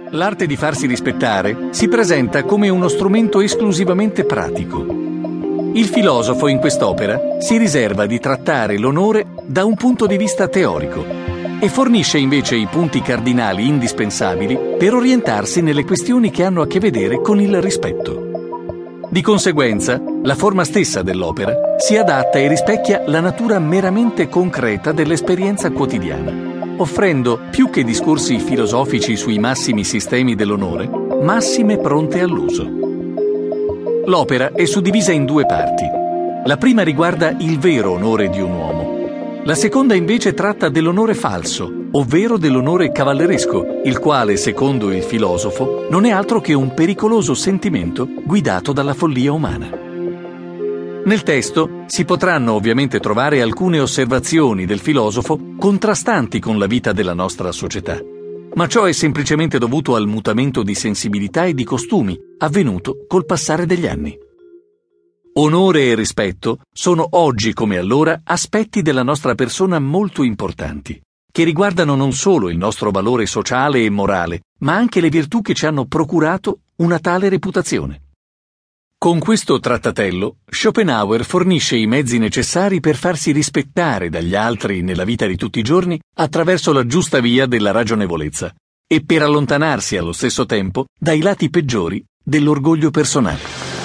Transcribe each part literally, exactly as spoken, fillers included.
L'arte di farsi rispettare si presenta come uno strumento esclusivamente pratico. Il filosofo in quest'opera si riserva di trattare l'onore da un punto di vista teorico e fornisce invece i punti cardinali indispensabili per orientarsi nelle questioni che hanno a che vedere con il rispetto. Di conseguenza, la forma stessa dell'opera si adatta e rispecchia la natura meramente concreta dell'esperienza quotidiana, offrendo, più che discorsi filosofici sui massimi sistemi dell'onore, massime pronte all'uso. L'opera è suddivisa in due parti. La prima riguarda il vero onore di un uomo. La seconda invece tratta dell'onore falso, ovvero dell'onore cavalleresco, il quale, secondo il filosofo, non è altro che un pericoloso sentimento guidato dalla follia umana. Nel testo si potranno ovviamente trovare alcune osservazioni del filosofo contrastanti con la vita della nostra società, ma ciò è semplicemente dovuto al mutamento di sensibilità e di costumi avvenuto col passare degli anni. Onore e rispetto sono oggi come allora aspetti della nostra persona molto importanti, che riguardano non solo il nostro valore sociale e morale, ma anche le virtù che ci hanno procurato una tale reputazione. Con questo trattatello, Schopenhauer fornisce i mezzi necessari per farsi rispettare dagli altri nella vita di tutti i giorni attraverso la giusta via della ragionevolezza e per allontanarsi allo stesso tempo dai lati peggiori dell'orgoglio personale.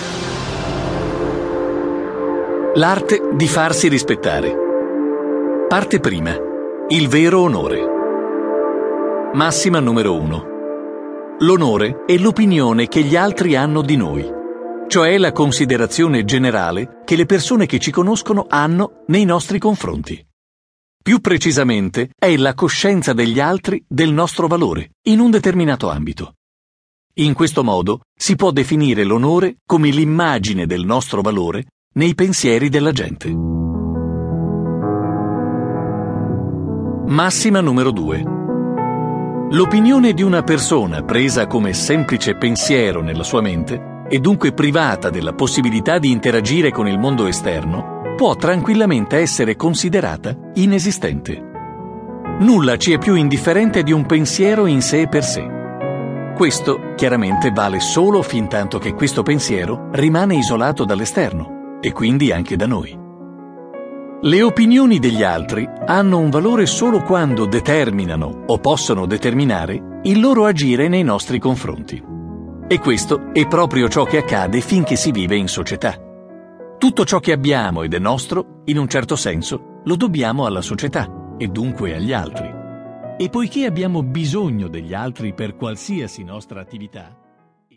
L'arte di farsi rispettare. Parte prima. Il vero onore. Massima numero uno. L'onore è l'opinione che gli altri hanno di noi, cioè la considerazione generale che le persone che ci conoscono hanno nei nostri confronti. Più precisamente, è la coscienza degli altri del nostro valore in un determinato ambito. In questo modo si può definire l'onore come l'immagine del nostro valore nei pensieri della gente. Massima numero due. L'opinione di una persona presa come semplice pensiero nella sua mente e dunque privata della possibilità di interagire con il mondo esterno, può tranquillamente essere considerata inesistente. Nulla ci è più indifferente di un pensiero in sé per sé. Questo chiaramente vale solo fintanto che questo pensiero rimane isolato dall'esterno e quindi anche da noi. Le opinioni degli altri hanno un valore solo quando determinano o possono determinare il loro agire nei nostri confronti. E questo è proprio ciò che accade finché si vive in società. Tutto ciò che abbiamo ed è nostro, in un certo senso, lo dobbiamo alla società e dunque agli altri. E poiché abbiamo bisogno degli altri per qualsiasi nostra attività,